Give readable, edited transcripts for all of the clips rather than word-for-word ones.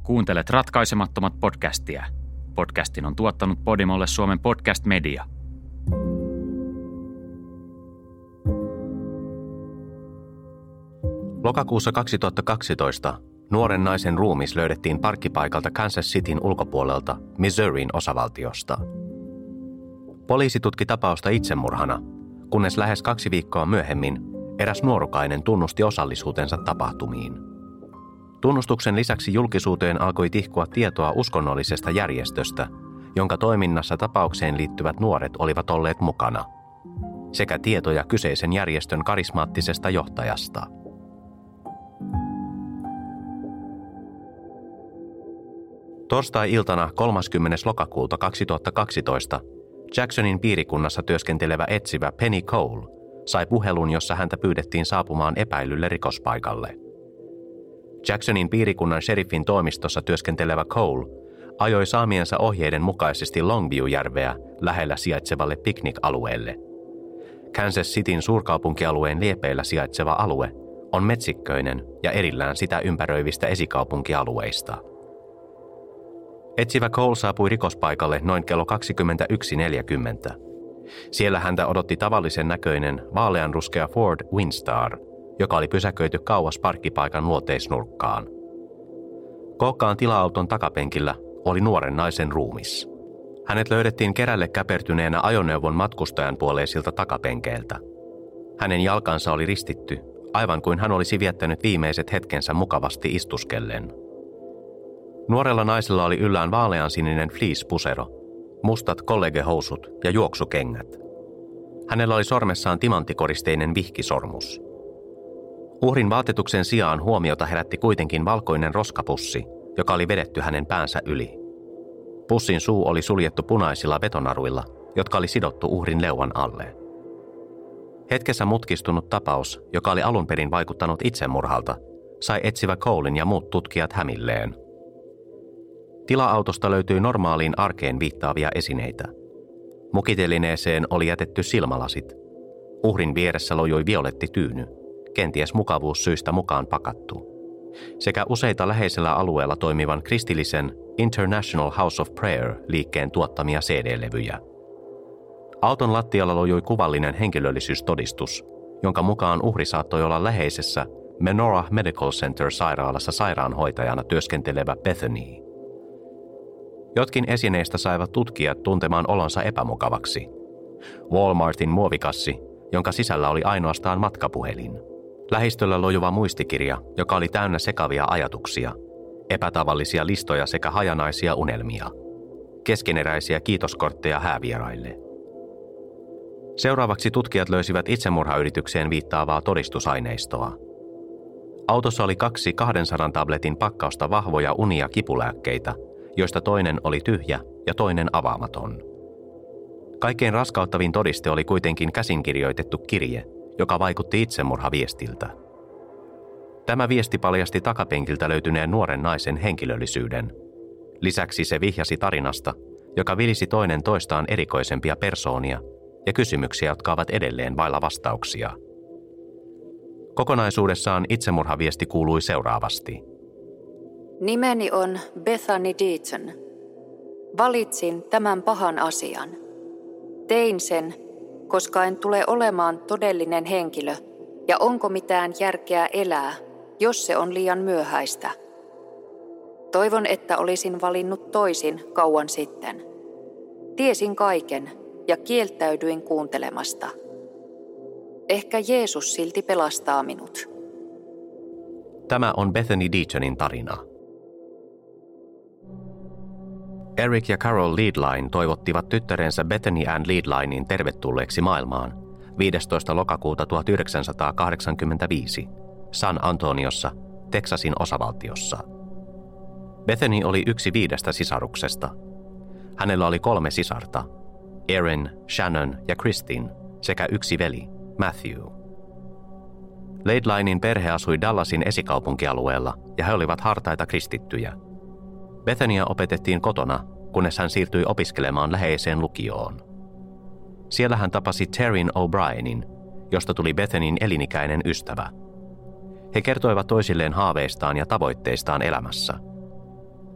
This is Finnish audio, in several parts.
Kuuntelet Ratkaisemattomat podcastia. Podcastin on tuottanut Podimolle Suomen Podcast Media. Lokakuussa 2012 nuoren naisen ruumis löydettiin parkkipaikalta Kansas Cityn ulkopuolelta Missourin osavaltiosta. Poliisi tutki tapausta itsemurhana, kunnes lähes 2 viikkoa myöhemmin eräs nuorukainen tunnusti osallisuutensa tapahtumiin. Tunnustuksen lisäksi julkisuuteen alkoi tihkua tietoa uskonnollisesta järjestöstä, jonka toiminnassa tapaukseen liittyvät nuoret olivat olleet mukana, sekä tietoja kyseisen järjestön karismaattisesta johtajasta. Torstai-iltana 30. lokakuuta 2012 Jacksonin piirikunnassa työskentelevä etsivä Penny Cole sai puhelun, jossa häntä pyydettiin saapumaan epäilylle rikospaikalle. Jacksonin piirikunnan sheriffin toimistossa työskentelevä Cole ajoi saamiensa ohjeiden mukaisesti Longview-järveä lähellä sijaitsevalle piknik-alueelle. Kansas Cityn suurkaupunkialueen liepeillä sijaitseva alue on metsikköinen ja erillään sitä ympäröivistä esikaupunkialueista. Etsivä Cole saapui rikospaikalle noin kello 21.40. Siellä häntä odotti tavallisen näköinen vaaleanruskea Ford Windstar, joka oli pysäköity kauas parkkipaikan luoteisnurkkaan. Kookkaan tila-auton takapenkillä oli nuoren naisen ruumis. Hänet löydettiin kerälle käpertyneenä ajoneuvon matkustajan puoleisilta takapenkeiltä. Hänen jalkansa oli ristitty, aivan kuin hän olisi viettänyt viimeiset hetkensä mukavasti istuskellen. Nuorella naisella oli yllään vaaleansininen fleece-pusero, mustat kollegehousut ja juoksukengät. Hänellä oli sormessaan timanttikoristeinen vihkisormus. Uhrin vaatetuksen sijaan huomiota herätti kuitenkin valkoinen roskapussi, joka oli vedetty hänen päänsä yli. Pussin suu oli suljettu punaisilla vetonaruilla, jotka oli sidottu uhrin leuan alle. Hetkessä mutkistunut tapaus, joka oli alun perin vaikuttanut itsemurhalta, sai etsivä Colen ja muut tutkijat hämilleen. Tila-autosta löytyi normaaliin arkeen viittaavia esineitä. Mukitelineeseen oli jätetty silmälasit. Uhrin vieressä lojui violetti tyyny, kenties mukavuussyistä mukaan pakattu, sekä useita läheisellä alueella toimivan kristillisen International House of Prayer-liikkeen tuottamia CD-levyjä. Auton lattialla lojui kuvallinen henkilöllisyystodistus, jonka mukaan uhri saattoi olla läheisessä Menorah Medical Center-sairaalassa sairaanhoitajana työskentelevä Bethany. Jotkin esineistä saivat tutkijat tuntemaan olonsa epämukavaksi. Walmartin muovikassi, jonka sisällä oli ainoastaan matkapuhelin. Lähistöllä lojuva muistikirja, joka oli täynnä sekavia ajatuksia, epätavallisia listoja sekä hajanaisia unelmia. Keskeneräisiä kiitoskortteja häävieraille. Seuraavaksi tutkijat löysivät itsemurhayritykseen viittaavaa todistusaineistoa. Autossa oli 2 200 tabletin pakkausta vahvoja uni- ja kipulääkkeitä, joista toinen oli tyhjä ja toinen avaamaton. Kaikkein raskauttavin todiste oli kuitenkin käsinkirjoitettu kirje, joka vaikutti itsemurhaviestiltä. Tämä viesti paljasti takapenkiltä löytyneen nuoren naisen henkilöllisyyden. Lisäksi se vihjasi tarinasta, joka vilisi toinen toistaan erikoisempia persoonia ja kysymyksiä, jotka ovat edelleen vailla vastauksia. Kokonaisuudessaan itsemurhaviesti kuului seuraavasti. Nimeni on Bethany Deaton. Valitsin tämän pahan asian. Tein sen, koska en tule olemaan todellinen henkilö, ja onko mitään järkeä elää, jos se on liian myöhäistä. Toivon, että olisin valinnut toisin kauan sitten. Tiesin kaiken ja kieltäydyin kuuntelemasta. Ehkä Jeesus silti pelastaa minut. Tämä on Bethany Deatonin tarina. Eric ja Carol Leadline toivottivat tyttärensä Bethany Ann Leadlinein tervetulleeksi maailmaan 15. lokakuuta 1985 San Antoniossa, Texasin osavaltiossa. Bethany oli yksi 5 sisaruksesta. Hänellä oli 3 sisarta, Erin, Shannon ja Christine, sekä 1 veli, Matthew. Leadlinein perhe asui Dallasin esikaupunkialueella ja he olivat hartaita kristittyjä. Bethania opetettiin kotona, kunnes hän siirtyi opiskelemaan läheiseen lukioon. Siellä hän tapasi Terryn O'Brienin, josta tuli Bethanyn elinikäinen ystävä. He kertoivat toisilleen haaveistaan ja tavoitteistaan elämässä.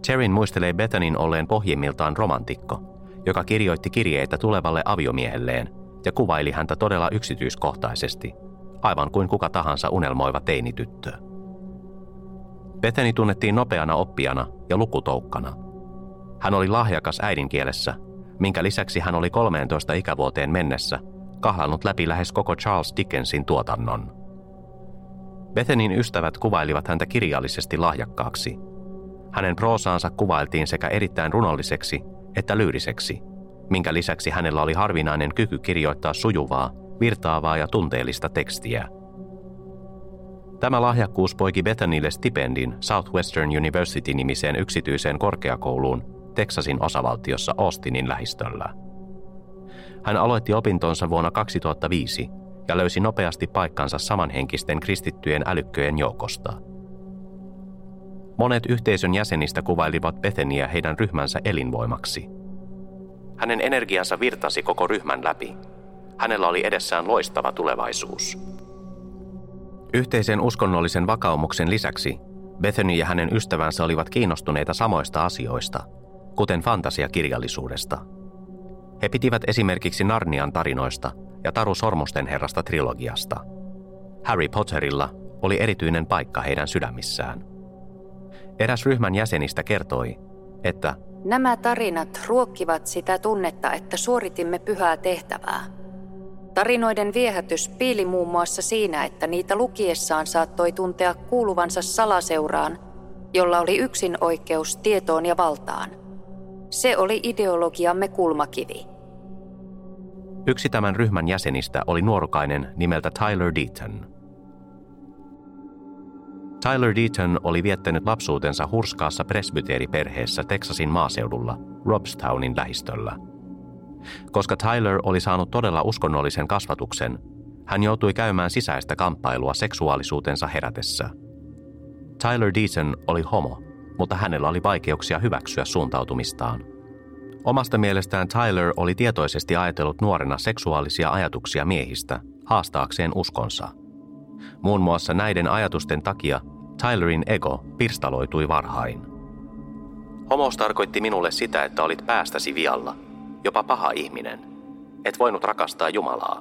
Cherin muistelee Bethanin olleen pohjimmiltaan romantikko, joka kirjoitti kirjeitä tulevalle aviomiehelleen ja kuvaili häntä todella yksityiskohtaisesti, aivan kuin kuka tahansa unelmoiva teinityttö. Bethany tunnettiin nopeana oppijana ja lukutoukkana. Hän oli lahjakas äidinkielessä, minkä lisäksi hän oli 13 ikävuoteen mennessä kahlannut läpi lähes koko Charles Dickensin tuotannon. Bethanyn ystävät kuvailivat häntä kirjallisesti lahjakkaaksi. Hänen proosaansa kuvailtiin sekä erittäin runolliseksi että lyyriseksi, minkä lisäksi hänellä oli harvinainen kyky kirjoittaa sujuvaa, virtaavaa ja tunteellista tekstiä. Tämä lahjakkuus poiki Bethanylle stipendin Southwestern University-nimiseen yksityiseen korkeakouluun Texasin osavaltiossa Austinin lähistöllä. Hän aloitti opintonsa vuonna 2005 ja löysi nopeasti paikkansa samanhenkisten kristittyjen älykköjen joukosta. Monet yhteisön jäsenistä kuvailivat Bethanyä heidän ryhmänsä elinvoimaksi. Hänen energiansa virtasi koko ryhmän läpi. Hänellä oli edessään loistava tulevaisuus. Yhteisen uskonnollisen vakaumuksen lisäksi Bethany ja hänen ystävänsä olivat kiinnostuneita samoista asioista, kuten fantasiakirjallisuudesta. He pitivät esimerkiksi Narnian tarinoista ja Taru Sormusten herrasta trilogiasta. Harry Potterilla oli erityinen paikka heidän sydämissään. Eräs ryhmän jäsenistä kertoi, että nämä tarinat ruokkivat sitä tunnetta, että suoritimme pyhää tehtävää. Tarinoiden viehätys piili muun muassa siinä, että niitä lukiessaan saattoi tuntea kuuluvansa salaseuraan, jolla oli yksin oikeus tietoon ja valtaan. Se oli ideologiamme kulmakivi. Yksi tämän ryhmän jäsenistä oli nuorukainen nimeltä Tyler Deaton. Tyler Deaton oli viettänyt lapsuutensa hurskaassa presbyteeriperheessä Texasin maaseudulla Robstownin lähistöllä. Koska Tyler oli saanut todella uskonnollisen kasvatuksen, hän joutui käymään sisäistä kamppailua seksuaalisuutensa herätessä. Tyler Deaton oli homo, mutta hänellä oli vaikeuksia hyväksyä suuntautumistaan. Omasta mielestään Tyler oli tietoisesti ajatellut nuorena seksuaalisia ajatuksia miehistä haastaakseen uskonsa. Muun muassa näiden ajatusten takia Tylerin ego pirstaloitui varhain. Homous tarkoitti minulle sitä, että olit päästäsi vialla, jopa paha ihminen. Et voinut rakastaa Jumalaa.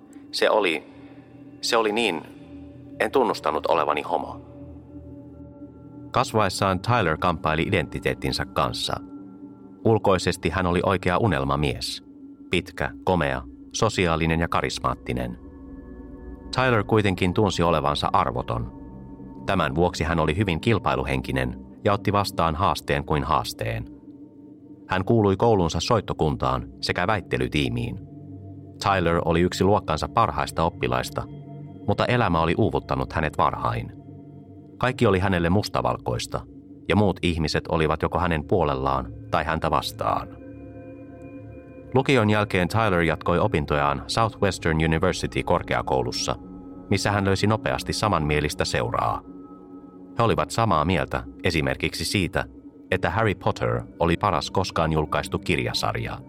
Se oli niin, en tunnustanut olevani homo. Kasvaessaan Tyler kamppaili identiteettinsä kanssa. Ulkoisesti hän oli oikea unelmamies. Pitkä, komea, sosiaalinen ja karismaattinen. Tyler kuitenkin tunsi olevansa arvoton. Tämän vuoksi hän oli hyvin kilpailuhenkinen ja otti vastaan haasteen kuin haasteen. Hän kuului koulunsa soittokuntaan sekä väittelytiimiin. Tyler oli yksi luokkansa parhaista oppilaista, mutta elämä oli uuvuttanut hänet varhain. Kaikki oli hänelle mustavalkoista, ja muut ihmiset olivat joko hänen puolellaan tai häntä vastaan. Lukion jälkeen Tyler jatkoi opintojaan Southwestern University-korkeakoulussa, missä hän löysi nopeasti samanmielistä seuraa. He olivat samaa mieltä esimerkiksi siitä, että Harry Potter oli paras koskaan julkaistu kirjasarja.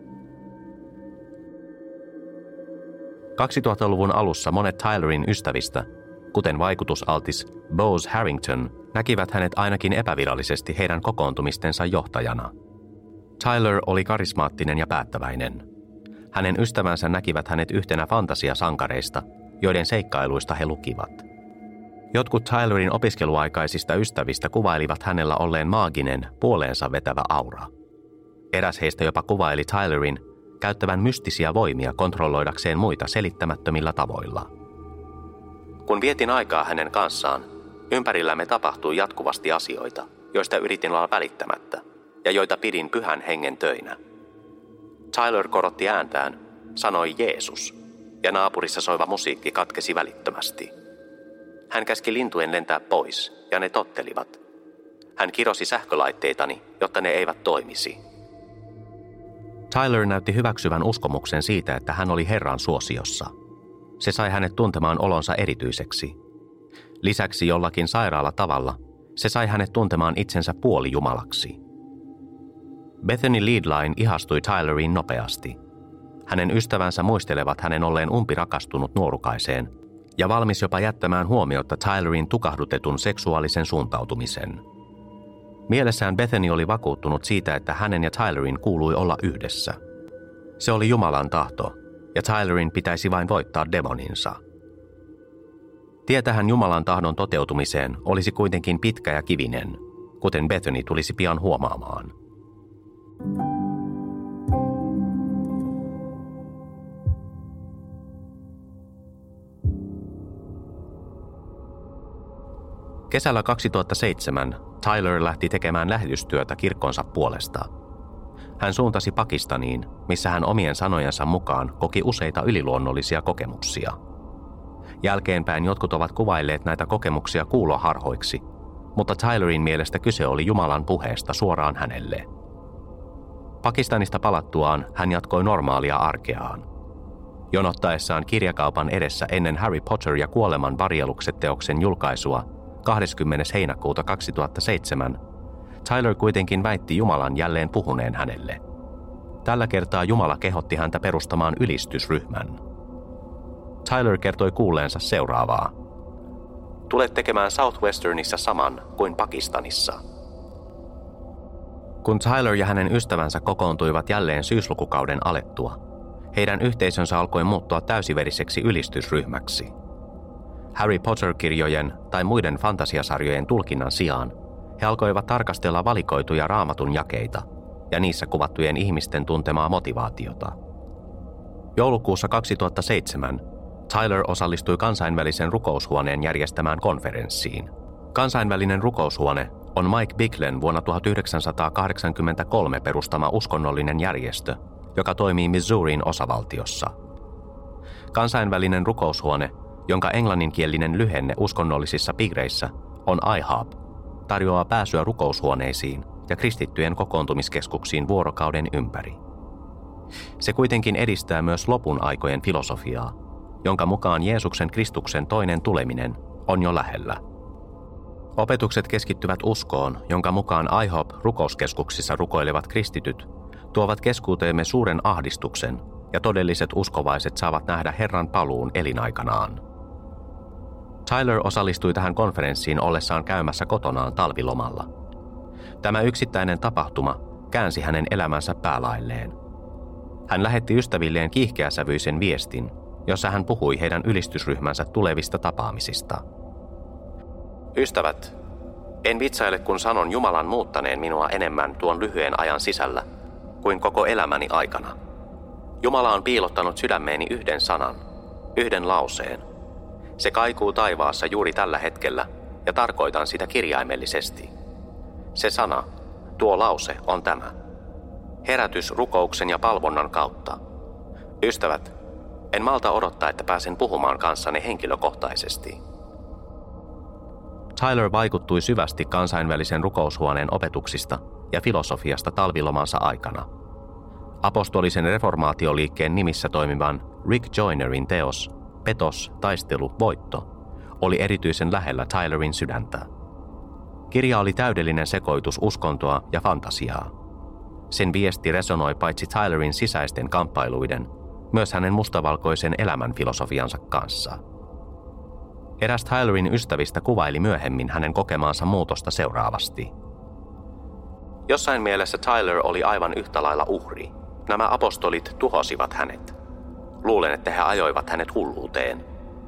2000-luvun alussa monet Tylerin ystävistä, kuten vaikutusaltis Bose Harrington, näkivät hänet ainakin epävirallisesti heidän kokoontumistensa johtajana. Tyler oli karismaattinen ja päättäväinen. Hänen ystävänsä näkivät hänet yhtenä fantasiasankareista, joiden seikkailuista he lukivat. Jotkut Tylerin opiskeluaikaisista ystävistä kuvailivat hänellä olleen maaginen, puoleensa vetävä aura. Eräs heistä jopa kuvaili Tylerin käyttävän mystisiä voimia kontrolloidakseen muita selittämättömillä tavoilla. Kun vietin aikaa hänen kanssaan, ympärillämme tapahtui jatkuvasti asioita, joista yritin olla välittämättä ja joita pidin pyhän hengen töinä. Tyler korotti ääntään, sanoi Jeesus, ja naapurissa soiva musiikki katkesi välittömästi. Hän käski lintujen lentää pois, ja ne tottelivat. Hän kirosi sähkölaitteitani, jotta ne eivät toimisi. Tyler näytti hyväksyvän uskomuksen siitä, että hän oli Herran suosiossa. Se sai hänet tuntemaan olonsa erityiseksi. Lisäksi jollakin sairaalla tavalla se sai hänet tuntemaan itsensä puolijumalaksi. Bethany Leadline ihastui Tyleriin nopeasti. Hänen ystävänsä muistelevat hänen olleen umpirakastunut nuorukaiseen ja valmis jopa jättämään huomiota Tylerin tukahdutetun seksuaalisen suuntautumisen. Mielessään Bethany oli vakuuttunut siitä, että hänen ja Tylerin kuului olla yhdessä. Se oli Jumalan tahto, ja Tylerin pitäisi vain voittaa demoninsa. Tie tähän Jumalan tahdon toteutumiseen olisi kuitenkin pitkä ja kivinen, kuten Bethany tulisi pian huomaamaan. Kesällä 2007 Tyler lähti tekemään lähetystyötä kirkkonsa puolesta. Hän suuntasi Pakistaniin, missä hän omien sanojensa mukaan koki useita yliluonnollisia kokemuksia. Jälkeenpäin jotkut ovat kuvailleet näitä kokemuksia kuuloharhoiksi, mutta Tylerin mielestä kyse oli Jumalan puheesta suoraan hänelle. Pakistanista palattuaan hän jatkoi normaalia arkeaan. Jonottaessaan kirjakaupan edessä ennen Harry Potter ja kuoleman varjelukset -teoksen julkaisua 20. heinäkuuta 2007, Tyler kuitenkin väitti Jumalan jälleen puhuneen hänelle. Tällä kertaa Jumala kehotti häntä perustamaan ylistysryhmän. Tyler kertoi kuulleensa seuraavaa. Tulet tekemään Southwesternissa saman kuin Pakistanissa. Kun Tyler ja hänen ystävänsä kokoontuivat jälleen syyslukukauden alettua, heidän yhteisönsä alkoi muuttua täysiveriseksi ylistysryhmäksi. Harry Potter-kirjojen tai muiden fantasiasarjojen tulkinnan sijaan he alkoivat tarkastella valikoituja Raamatun jakeita ja niissä kuvattujen ihmisten tuntemaa motivaatiota. Joulukuussa 2007 Tyler osallistui kansainvälisen rukoushuoneen järjestämään konferenssiin. Kansainvälinen rukoushuone on Mike Bicklen vuonna 1983 perustama uskonnollinen järjestö, joka toimii Missourin osavaltiossa. Kansainvälinen rukoushuone, jonka englanninkielinen lyhenne uskonnollisissa piireissä on IHOP, tarjoaa pääsyä rukoushuoneisiin ja kristittyjen kokoontumiskeskuksiin vuorokauden ympäri. Se kuitenkin edistää myös lopun aikojen filosofiaa, jonka mukaan Jeesuksen Kristuksen toinen tuleminen on jo lähellä. Opetukset keskittyvät uskoon, jonka mukaan IHOP-rukouskeskuksissa rukoilevat kristityt tuovat keskuuteemme suuren ahdistuksen ja todelliset uskovaiset saavat nähdä Herran paluun elinaikanaan. Tyler osallistui tähän konferenssiin ollessaan käymässä kotonaan talvilomalla. Tämä yksittäinen tapahtuma käänsi hänen elämänsä päälailleen. Hän lähetti ystävilleen kiihkeäsävyisen viestin, jossa hän puhui heidän ylistysryhmänsä tulevista tapaamisista. Ystävät, en vitsaile kun sanon Jumalan muuttaneen minua enemmän tuon lyhyen ajan sisällä kuin koko elämäni aikana. Jumala on piilottanut sydämeeni yhden sanan, yhden lauseen. Se kaikuu taivaassa juuri tällä hetkellä ja tarkoitan sitä kirjaimellisesti. Se sana, tuo lause on tämä. Herätys rukouksen ja palvonnan kautta. Ystävät, en malta odottaa, että pääsen puhumaan kanssanne henkilökohtaisesti. Tyler vaikuttui syvästi kansainvälisen rukoushuoneen opetuksista ja filosofiasta talvilomansa aikana. Apostolisen reformaatioliikkeen nimissä toimivan Rick Joynerin teos Petos, taistelu, voitto oli erityisen lähellä Tylerin sydäntä. Kirja oli täydellinen sekoitus uskontoa ja fantasiaa. Sen viesti resonoi paitsi Tylerin sisäisten kamppailuiden, myös hänen mustavalkoisen elämänfilosofiansa kanssa. Eräs Tylerin ystävistä kuvaili myöhemmin hänen kokemaansa muutosta seuraavasti. Jossain mielessä Tyler oli aivan yhtä lailla uhri. Nämä apostolit tuhosivat hänet. Luulen, että he ajoivat hänet hulluuteen.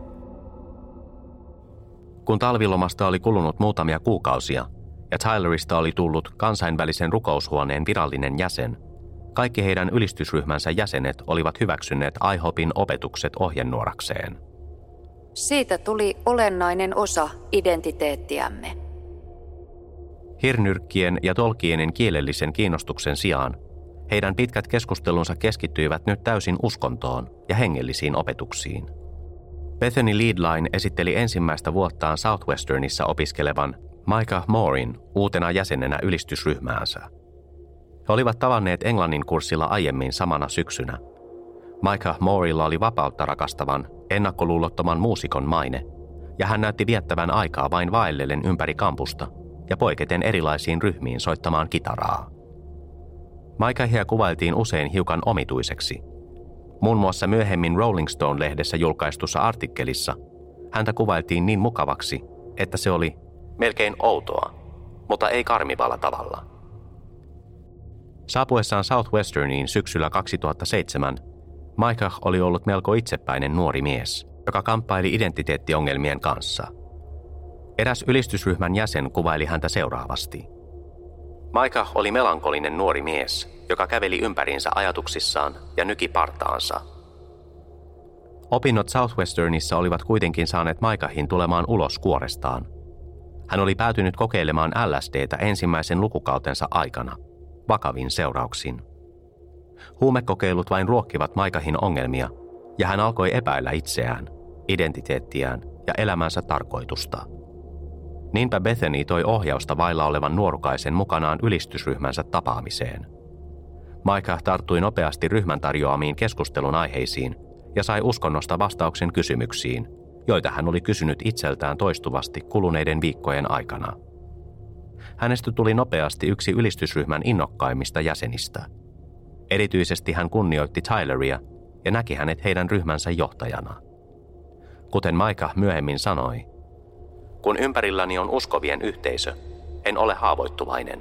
Kun talvilomasta oli kulunut muutamia kuukausia ja Tylerista oli tullut kansainvälisen rukoushuoneen virallinen jäsen, kaikki heidän ylistysryhmänsä jäsenet olivat hyväksyneet IHOPin opetukset ohjenuorakseen. Siitä tuli olennainen osa identiteettiämme. Hirnyrkkien ja Tolkienin kielellisen kiinnostuksen sijaan heidän pitkät keskustelunsa keskittyivät nyt täysin uskontoon ja hengellisiin opetuksiin. Bethany Liedline esitteli ensimmäistä vuottaan Southwesternissa opiskelevan Micah Moorin uutena jäsenenä ylistysryhmäänsä. He olivat tavanneet englannin kurssilla aiemmin samana syksynä. Micah Moorilla oli vapautta rakastavan, ennakkoluulottoman muusikon maine, ja hän näytti viettävän aikaa vain vaellellen ympäri kampusta ja poiketen erilaisiin ryhmiin soittamaan kitaraa. Micahia kuvailtiin usein hiukan omituiseksi. Muun muassa myöhemmin Rolling Stone-lehdessä julkaistussa artikkelissa häntä kuvailtiin niin mukavaksi, että se oli melkein outoa. mutta ei karmivalla tavalla. Saapuessaan Southwesterniin syksyllä 2007, Micah oli ollut melko itsepäinen nuori mies, joka kamppaili identiteettiongelmien kanssa. Eräs ylistysryhmän jäsen kuvaili häntä seuraavasti. Micah oli melankolinen nuori mies, joka käveli ympäriinsä ajatuksissaan ja nyki partaansa. Opinnot Southwesternissa olivat kuitenkin saaneet Micahin tulemaan ulos kuorestaan. Hän oli päätynyt kokeilemaan LSD:tä ensimmäisen lukukautensa aikana, vakavin seurauksin. Huumekokeilut vain ruokkivat Micahin ongelmia, ja hän alkoi epäillä itseään, identiteettiään ja elämänsä tarkoitusta. Niinpä Bethany toi ohjausta vailla olevan nuorukaisen mukanaan ylistysryhmänsä tapaamiseen. Micah tarttui nopeasti ryhmän tarjoamiin keskustelun aiheisiin ja sai uskonnosta vastauksen kysymyksiin, joita hän oli kysynyt itseltään toistuvasti kuluneiden viikkojen aikana. Hänestä tuli nopeasti yksi ylistysryhmän innokkaimmista jäsenistä. Erityisesti hän kunnioitti Tyleria ja näki hänet heidän ryhmänsä johtajana. Kuten Micah myöhemmin sanoi, kun ympärilläni on uskovien yhteisö, en ole haavoittuvainen.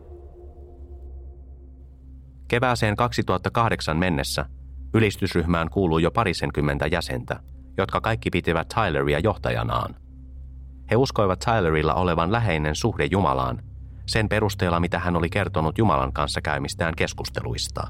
Kevääseen 2008 mennessä ylistysryhmään kuului jo parisenkymmentä jäsentä, jotka kaikki pitivät Tyleria johtajanaan. He uskoivat Tylerilla olevan läheinen suhde Jumalaan, sen perusteella mitä hän oli kertonut Jumalan kanssa käymistään keskusteluista.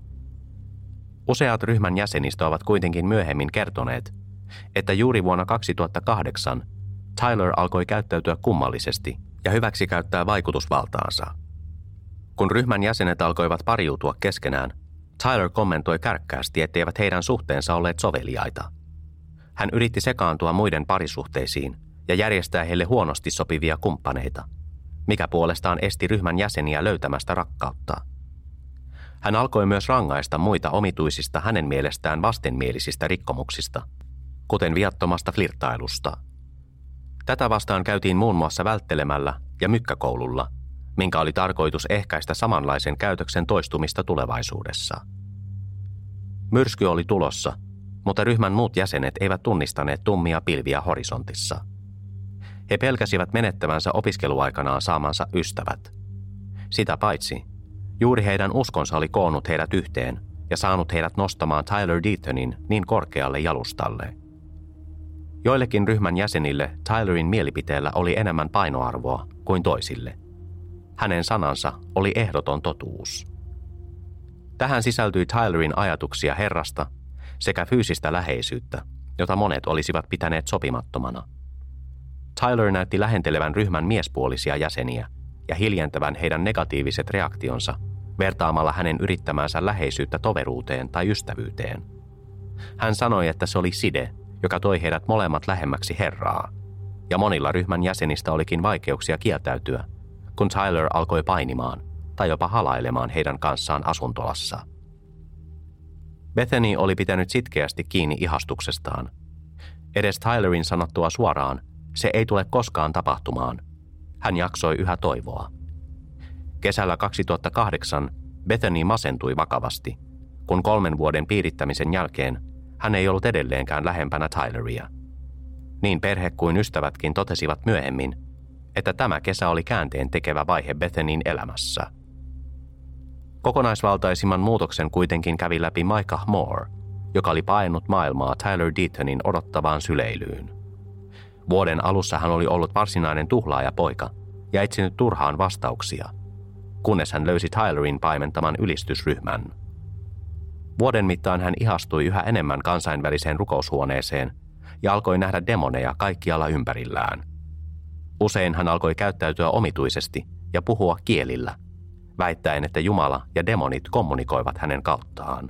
Useat ryhmän jäsenistä ovat kuitenkin myöhemmin kertoneet, että juuri vuonna 2008 Tyler alkoi käyttäytyä kummallisesti ja hyväksikäyttää vaikutusvaltaansa. Kun ryhmän jäsenet alkoivat pariutua keskenään, Tyler kommentoi kärkkäästi, etteivät heidän suhteensa olleet soveliaita. Hän yritti sekaantua muiden parisuhteisiin ja järjestää heille huonosti sopivia kumppaneita, mikä puolestaan esti ryhmän jäseniä löytämästä rakkautta. Hän alkoi myös rangaista muita omituisista hänen mielestään vastenmielisistä rikkomuksista, kuten viattomasta flirttailusta. Tätä vastaan käytiin muun muassa välttelemällä ja mykkäkoululla, minkä oli tarkoitus ehkäistä samanlaisen käytöksen toistumista tulevaisuudessa. Myrsky oli tulossa, mutta ryhmän muut jäsenet eivät tunnistaneet tummia pilviä horisontissa. He pelkäsivät menettävänsä opiskeluaikanaan saamansa ystävät. Sitä paitsi, juuri heidän uskonsa oli koonnut heidät yhteen ja saanut heidät nostamaan Tyler Deatonin niin korkealle jalustalle. Joillekin ryhmän jäsenille Tylerin mielipiteellä oli enemmän painoarvoa kuin toisille. Hänen sanansa oli ehdoton totuus. Tähän sisältyi Tylerin ajatuksia Herrasta sekä fyysistä läheisyyttä, jota monet olisivat pitäneet sopimattomana. Tyler näytti lähentelevän ryhmän miespuolisia jäseniä ja hiljentävän heidän negatiiviset reaktionsa vertaamalla hänen yrittämäänsä läheisyyttä toveruuteen tai ystävyyteen. Hän sanoi, että se oli side, joka toi heidät molemmat lähemmäksi Herraa, ja monilla ryhmän jäsenistä olikin vaikeuksia kieltäytyä, kun Tyler alkoi painimaan tai jopa halailemaan heidän kanssaan asuntolassa. Bethany oli pitänyt sitkeästi kiinni ihastuksestaan. Edes Tylerin sanottua suoraan, se ei tule koskaan tapahtumaan. Hän jaksoi yhä toivoa. Kesällä 2008 Bethany masentui vakavasti, kun 3 vuoden piirittämisen jälkeen hän ei ollut edelleenkään lähempänä Tyleria. Niin perhe kuin ystävätkin totesivat myöhemmin, että tämä kesä oli käänteen tekevä vaihe Bethanyn elämässä. Kokonaisvaltaisimman muutoksen kuitenkin kävi läpi Micah Moore, joka oli paennut maailmaa Tyler Deatonin odottavaan syleilyyn. Vuoden alussa hän oli ollut varsinainen tuhlaajapoika ja etsinyt turhaan vastauksia, kunnes hän löysi Tylerin paimentaman ylistysryhmän. Vuoden mittaan hän ihastui yhä enemmän kansainväliseen rukoushuoneeseen ja alkoi nähdä demoneja kaikkialla ympärillään. Usein hän alkoi käyttäytyä omituisesti ja puhua kielillä, väittäen, että Jumala ja demonit kommunikoivat hänen kauttaan.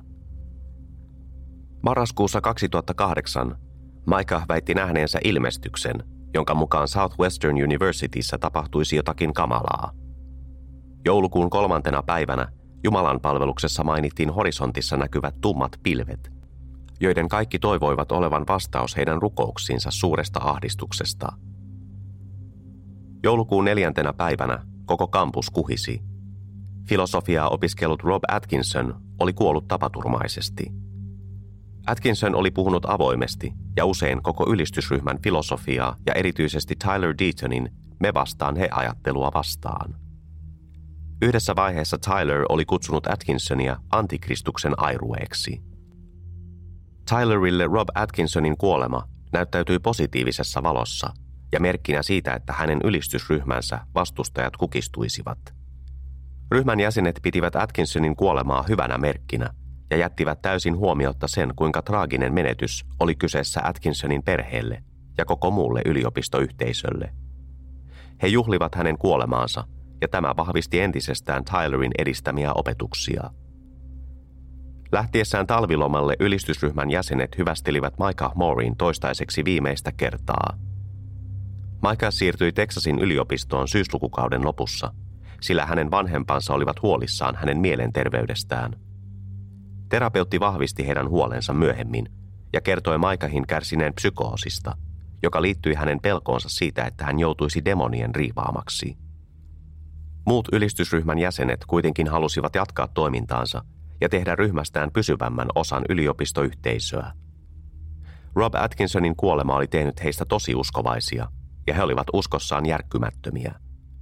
Marraskuussa 2008 Micah väitti nähneensä ilmestyksen, jonka mukaan Southwestern Universityssä tapahtuisi jotakin kamalaa. Joulukuun 3. päivänä Jumalan palveluksessa mainittiin horisontissa näkyvät tummat pilvet, joiden kaikki toivoivat olevan vastaus heidän rukouksiinsa suuresta ahdistuksesta. Joulukuun 4. päivänä koko kampus kuhisi. Filosofiaa opiskellut Rob Atkinson oli kuollut tapaturmaisesti. Atkinson oli puhunut avoimesti ja usein koko ylistysryhmän filosofiaa ja erityisesti Tyler Deatonin me vastaan he ajattelua vastaan. Yhdessä vaiheessa Tyler oli kutsunut Atkinsonia antikristuksen airueeksi. Tylerille Rob Atkinsonin kuolema näyttäytyi positiivisessa valossa ja merkkinä siitä, että hänen ylistysryhmänsä vastustajat kukistuisivat. Ryhmän jäsenet pitivät Atkinsonin kuolemaa hyvänä merkkinä ja jättivät täysin huomiotta sen, kuinka traaginen menetys oli kyseessä Atkinsonin perheelle ja koko muulle yliopistoyhteisölle. He juhlivat hänen kuolemaansa ja tämä vahvisti entisestään Tylerin edistämiä opetuksia. Lähtiessään talvilomalle ylistysryhmän jäsenet hyvästelivät Micah Moorein toistaiseksi viimeistä kertaa. Micah siirtyi Texasin yliopistoon syyslukukauden lopussa, sillä hänen vanhempansa olivat huolissaan hänen mielenterveydestään. Terapeutti vahvisti heidän huolensa myöhemmin ja kertoi Micahin kärsineen psykoosista, joka liittyi hänen pelkoonsa siitä, että hän joutuisi demonien riivaamaksi. Muut ylistysryhmän jäsenet kuitenkin halusivat jatkaa toimintaansa ja tehdä ryhmästään pysyvämmän osan yliopistoyhteisöä. Rob Atkinsonin kuolema oli tehnyt heistä tosi uskovaisia, ja he olivat uskossaan järkkymättömiä.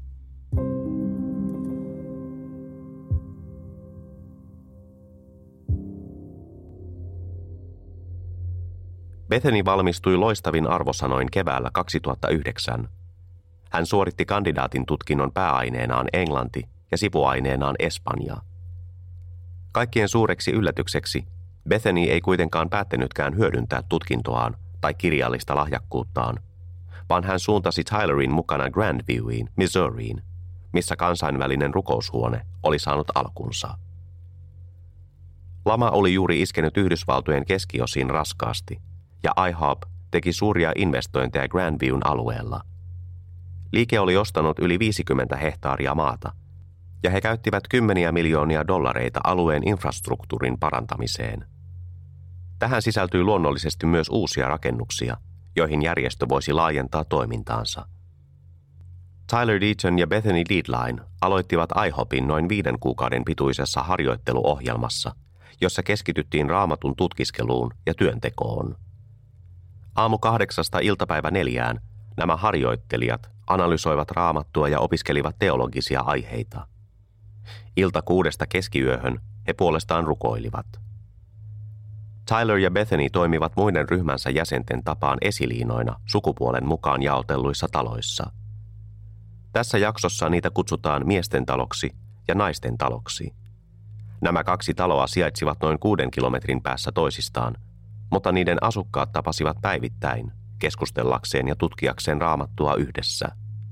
Bethany valmistui loistavin arvosanoin keväällä 2009. Hän suoritti kandidaatin tutkinnon pääaineenaan englanti ja sivuaineenaan espanjaa. Kaikkien suureksi yllätykseksi Bethany ei kuitenkaan päättänytkään hyödyntää tutkintoaan tai kirjallista lahjakkuuttaan, vaan hän suuntasi Tylerin mukana Grandviewiin, Missouriin, missä kansainvälinen rukoushuone oli saanut alkunsa. Lama oli juuri iskenyt Yhdysvaltojen keskiosiin raskaasti, ja IHOP teki suuria investointeja Grandviewn alueella. Liike oli ostanut yli 50 hehtaaria maata, ja he käyttivät $10 miljoonia alueen infrastruktuurin parantamiseen. Tähän sisältyi luonnollisesti myös uusia rakennuksia, joihin järjestö voisi laajentaa toimintaansa. Tyler Deaton ja Bethany Liedline aloittivat IHOPin noin 5 kuukauden pituisessa harjoitteluohjelmassa, jossa keskityttiin raamatun tutkiskeluun ja työntekoon. Aamu 8 iltapäivä 4 nämä harjoittelijat analysoivat raamattua ja opiskelivat teologisia aiheita. Ilta 6 keskiyöhön he puolestaan rukoilivat. Tyler ja Bethany toimivat muiden ryhmänsä jäsenten tapaan esiliinoina sukupuolen mukaan jaotelluissa taloissa. Tässä jaksossa niitä kutsutaan miesten taloksi ja naisten taloksi. Nämä 2 taloa sijaitsivat noin 6 kilometrin päässä toisistaan, mutta niiden asukkaat tapasivat päivittäin keskustellakseen ja tutkiakseen raamattua yhdessä.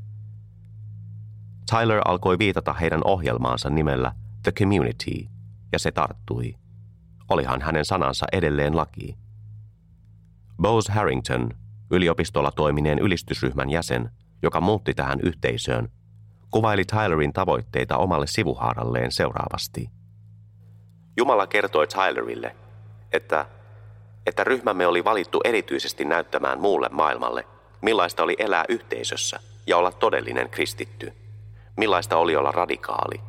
Tyler alkoi viitata heidän ohjelmaansa nimellä The Community, ja se tarttui. Olihan hänen sanansa edelleen laki. Bose Harrington, yliopistolla toimineen ylistysryhmän jäsen, joka muutti tähän yhteisöön, kuvaili Tylerin tavoitteita omalle sivuhaaralleen seuraavasti. Jumala kertoi Tylerille, että ryhmämme oli valittu erityisesti näyttämään muulle maailmalle, millaista oli elää yhteisössä ja olla todellinen kristitty, millaista oli olla radikaali.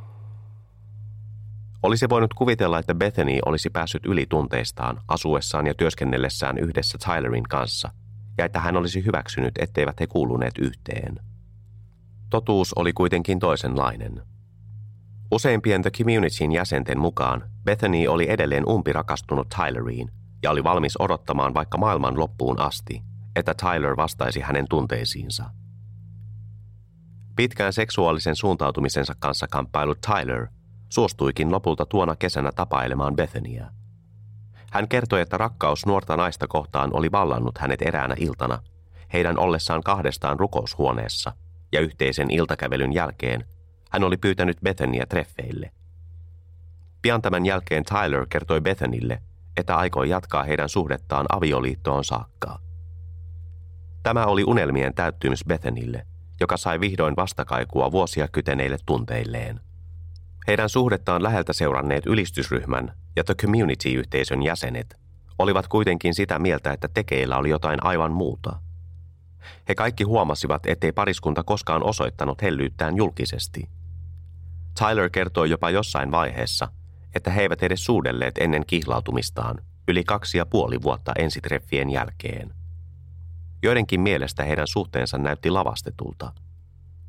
Olisi voinut kuvitella, että Bethany olisi päässyt yli tunteistaan asuessaan ja työskennellessään yhdessä Tylerin kanssa, ja että hän olisi hyväksynyt, etteivät he kuuluneet yhteen. Totuus oli kuitenkin toisenlainen. Useimpien The Communityn jäsenten mukaan Bethany oli edelleen umpirakastunut Tyleriin ja oli valmis odottamaan vaikka maailman loppuun asti, että Tyler vastaisi hänen tunteisiinsa. Pitkään seksuaalisen suuntautumisensa kanssa kamppailut Tyler suostuikin lopulta tuona kesänä tapailemaan Bethanyä. Hän kertoi, että rakkaus nuorta naista kohtaan oli vallannut hänet eräänä iltana, heidän ollessaan kahdestaan rukoushuoneessa, ja yhteisen iltakävelyn jälkeen hän oli pyytänyt Bethanyä treffeille. Pian tämän jälkeen Tyler kertoi Bethanylle, että aikoi jatkaa heidän suhdettaan avioliittoon saakka. Tämä oli unelmien täyttymys Bethanylle, joka sai vihdoin vastakaikua vuosia kyteneille tunteilleen. Heidän suhdettaan läheltä seuranneet ylistysryhmän ja The Community-yhteisön jäsenet olivat kuitenkin sitä mieltä, että tekeillä oli jotain aivan muuta. He kaikki huomasivat, ettei pariskunta koskaan osoittanut hellyyttään julkisesti. Tyler kertoi jopa jossain vaiheessa, että he eivät edes suudelleet ennen kihlautumistaan yli 2,5 vuotta ensitreffien jälkeen. Joidenkin mielestä heidän suhteensa näytti lavastetulta.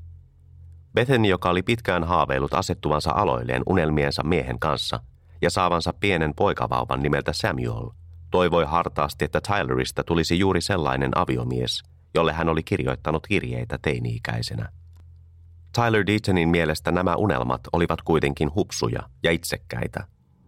Bethany, joka oli pitkään haaveillut asettuvansa aloilleen unelmiensa miehen kanssa ja saavansa pienen poikavauvan nimeltä Samuel, toivoi hartaasti, että Tylerista tulisi juuri sellainen aviomies, jolle hän oli kirjoittanut kirjeitä teini-ikäisenä. Tyler Deatonin mielestä nämä unelmat olivat kuitenkin hupsuja ja itsekkäitä.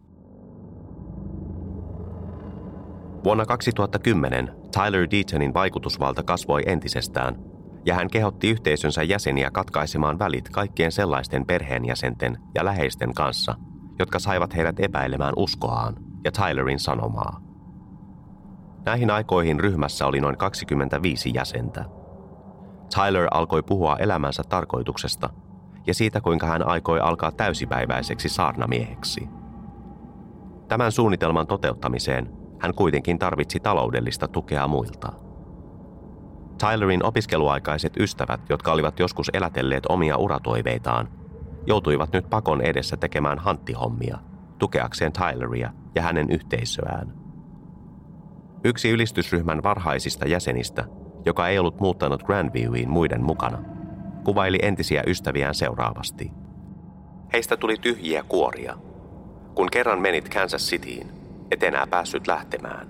Vuonna 2010 Tyler Deatonin vaikutusvalta kasvoi entisestään, ja hän kehotti yhteisönsä jäseniä katkaisemaan välit kaikkien sellaisten perheenjäsenten ja läheisten kanssa, jotka saivat heidät epäilemään uskoaan ja Tylerin sanomaa. Näihin aikoihin ryhmässä oli noin 25 jäsentä. Tyler alkoi puhua elämänsä tarkoituksesta ja siitä, kuinka hän aikoi alkaa täysipäiväiseksi saarnamieheksi. Tämän suunnitelman toteuttamiseen hän kuitenkin tarvitsi taloudellista tukea muilta. Tylerin opiskeluaikaiset ystävät, jotka olivat joskus elätelleet omia uratoiveitaan, joutuivat nyt pakon edessä tekemään hanttihommia tukeakseen Tyleria ja hänen yhteisöään. Yksi ylistysryhmän varhaisista jäsenistä, joka ei ollut muuttanut Grandviewiin muiden mukana, kuvaili entisiä ystäviään seuraavasti. Heistä tuli tyhjiä kuoria. Kun kerran menit Kansas Cityin, et enää päässyt lähtemään.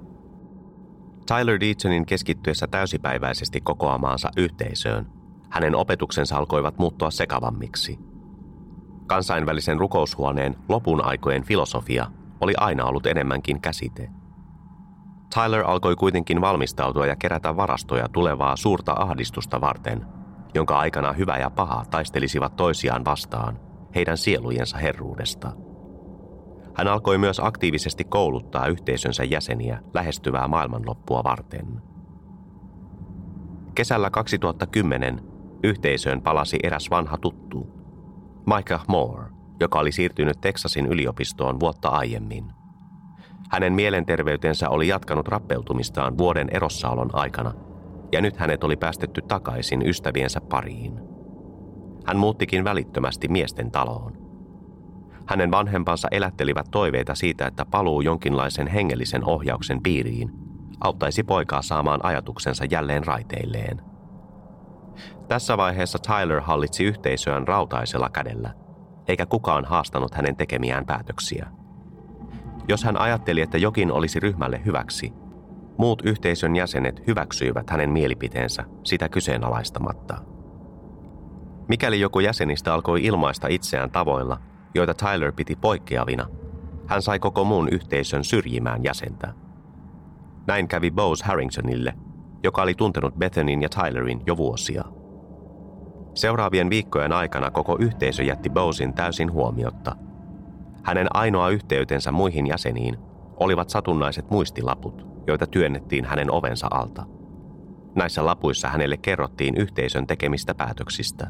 Tyler Deatonin keskittyessä täysipäiväisesti kokoamaansa yhteisöön, hänen opetuksensa alkoivat muuttua sekavammiksi. Kansainvälisen rukoushuoneen lopun aikojen filosofia oli aina ollut enemmänkin käsite. Tyler alkoi kuitenkin valmistautua ja kerätä varastoja tulevaa suurta ahdistusta varten, jonka aikana hyvä ja paha taistelisivat toisiaan vastaan heidän sielujensa herruudesta. Hän alkoi myös aktiivisesti kouluttaa yhteisönsä jäseniä lähestyvää maailmanloppua varten. Kesällä 2010 yhteisöön palasi eräs vanha tuttu, Micah Moore, joka oli siirtynyt Texasin yliopistoon vuotta aiemmin. Hänen mielenterveytensä oli jatkanut rappeutumistaan vuoden erossaolon aikana, ja nyt hänet oli päästetty takaisin ystäviensä pariin. Hän muuttikin välittömästi miesten taloon. Hänen vanhempansa elättelivät toiveita siitä, että paluu jonkinlaisen hengellisen ohjauksen piiriin auttaisi poikaa saamaan ajatuksensa jälleen raiteilleen. Tässä vaiheessa Tyler hallitsi yhteisöään rautaisella kädellä, eikä kukaan haastanut hänen tekemiään päätöksiä. Jos hän ajatteli, että jokin olisi ryhmälle hyväksi, muut yhteisön jäsenet hyväksyivät hänen mielipiteensä sitä kyseenalaistamatta. Mikäli joku jäsenistä alkoi ilmaista itseään tavoilla, joita Tyler piti poikkeavina, hän sai koko muun yhteisön syrjimään jäsentä. Näin kävi Bose Harringtonille, joka oli tuntenut Bethanyn ja Tylerin jo vuosia. Seuraavien viikkojen aikana koko yhteisö jätti Bosen täysin huomiotta. Hänen ainoa yhteytensä muihin jäseniin olivat satunnaiset muistilaput, joita työnnettiin hänen ovensa alta. Näissä lapuissa hänelle kerrottiin yhteisön tekemistä päätöksistä.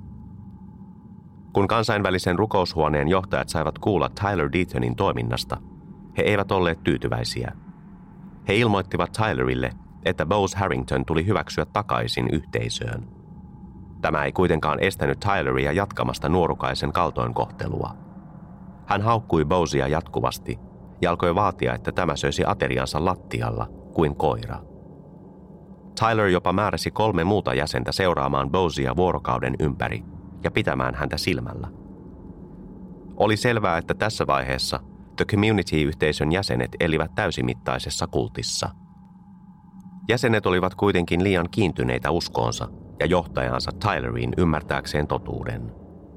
Kun kansainvälisen rukoushuoneen johtajat saivat kuulla Tyler Deatonin toiminnasta, he eivät olleet tyytyväisiä. He ilmoittivat Tylerille, että Bose Harrington tuli hyväksyä takaisin yhteisöön. Tämä ei kuitenkaan estänyt Tyleria jatkamasta nuorukaisen kaltoinkohtelua. Hän haukkui Bosea jatkuvasti ja alkoi vaatia, että tämä söisi ateriansa lattialla kuin koira. Tyler jopa määräsi 3 muuta jäsentä seuraamaan Bosea vuorokauden ympäri ja pitämään häntä silmällä. Oli selvää, että tässä vaiheessa The Community-yhteisön jäsenet elivät täysimittaisessa kultissa. Jäsenet olivat kuitenkin liian kiintyneitä uskoonsa ja johtajansa Tyleriin ymmärtääkseen totuuden.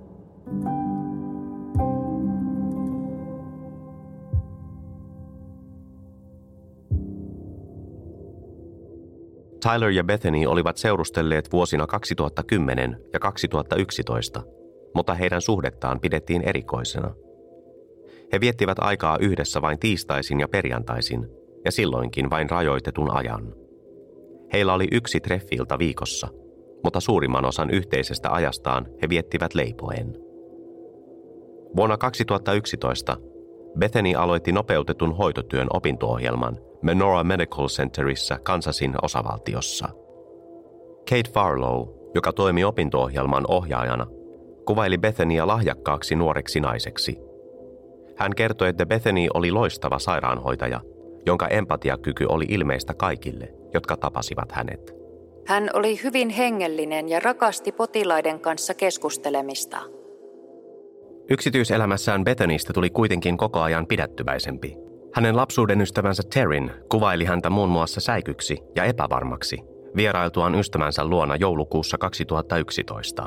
Tyler ja Bethany olivat seurustelleet vuosina 2010 ja 2011, mutta heidän suhdettaan pidettiin erikoisena. He viettivät aikaa yhdessä vain tiistaisin ja perjantaisin, ja silloinkin vain rajoitetun ajan. Heillä oli 1 treffi-ilta viikossa, mutta suurimman osan yhteisestä ajastaan he viettivät leipoen. Vuonna 2011 Bethany aloitti nopeutetun hoitotyön opinto-ohjelman Menorah Medical Centerissä Kansasin osavaltiossa. Kate Farlow, joka toimi opinto-ohjelman ohjaajana, kuvaili Bethanyä lahjakkaaksi nuoreksi naiseksi. Hän kertoi, että Bethany oli loistava sairaanhoitaja, jonka empatiakyky oli ilmeistä kaikille, jotka tapasivat hänet. Hän oli hyvin hengellinen ja rakasti potilaiden kanssa keskustelemista. Yksityiselämässään Bethanystä tuli kuitenkin koko ajan pidättyväisempi. Hänen lapsuuden ystävänsä Terryn kuvaili häntä muun muassa säikyksi ja epävarmaksi vierailtuaan ystävänsä luona joulukuussa 2011.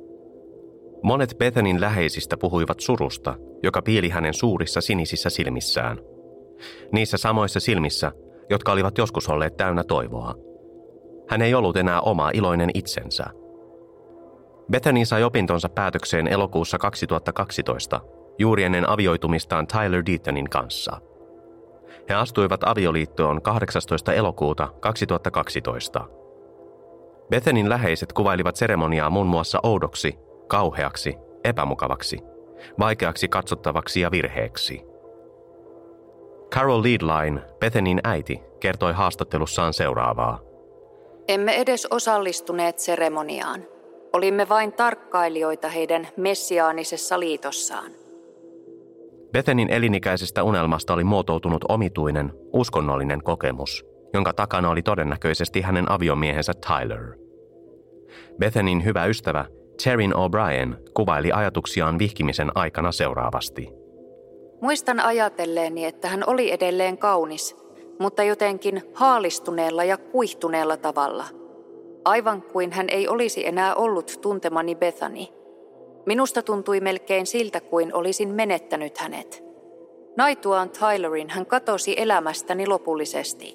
Monet Bethanyn läheisistä puhuivat surusta, joka piili hänen suurissa sinisissä silmissään. Niissä samoissa silmissä, jotka olivat joskus olleet täynnä toivoa. Hän ei ollut enää oma iloinen itsensä. Bethany sai opintonsa päätökseen elokuussa 2012, juuri ennen avioitumistaan Tyler Deatonin kanssa. He astuivat avioliittoon 18. elokuuta 2012. Bethanyn läheiset kuvailivat seremoniaa muun muassa oudoksi, kauheaksi, epämukavaksi, vaikeaksi katsottavaksi ja virheeksi. Carol Liedline, Bethanyn äiti, kertoi haastattelussaan seuraavaa. Emme edes osallistuneet seremoniaan. Olimme vain tarkkailijoita heidän messiaanisessa liitossaan. Bethanyn elinikäisestä unelmasta oli muotoutunut omituinen, uskonnollinen kokemus, jonka takana oli todennäköisesti hänen aviomiehensä Tyler. Bethanyn hyvä ystävä Taryn O'Brien kuvaili ajatuksiaan vihkimisen aikana seuraavasti. Muistan ajatelleeni, että hän oli edelleen kaunis, mutta jotenkin haalistuneella ja kuihtuneella tavalla. Aivan kuin hän ei olisi enää ollut tuntemani Bethany. Minusta tuntui melkein siltä, kuin olisin menettänyt hänet. Naituaan Tylerin hän katosi elämästäni lopullisesti.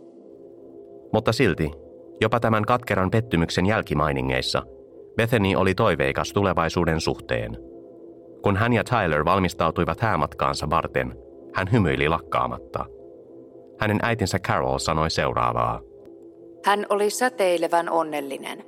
Mutta silti, jopa tämän katkeran pettymyksen jälkimainingeissa, Bethany oli toiveikas tulevaisuuden suhteen. Kun hän ja Tyler valmistautuivat häämatkaansa varten, hän hymyili lakkaamatta. Hänen äitinsä Carol sanoi seuraavaa. Hän oli säteilevän onnellinen.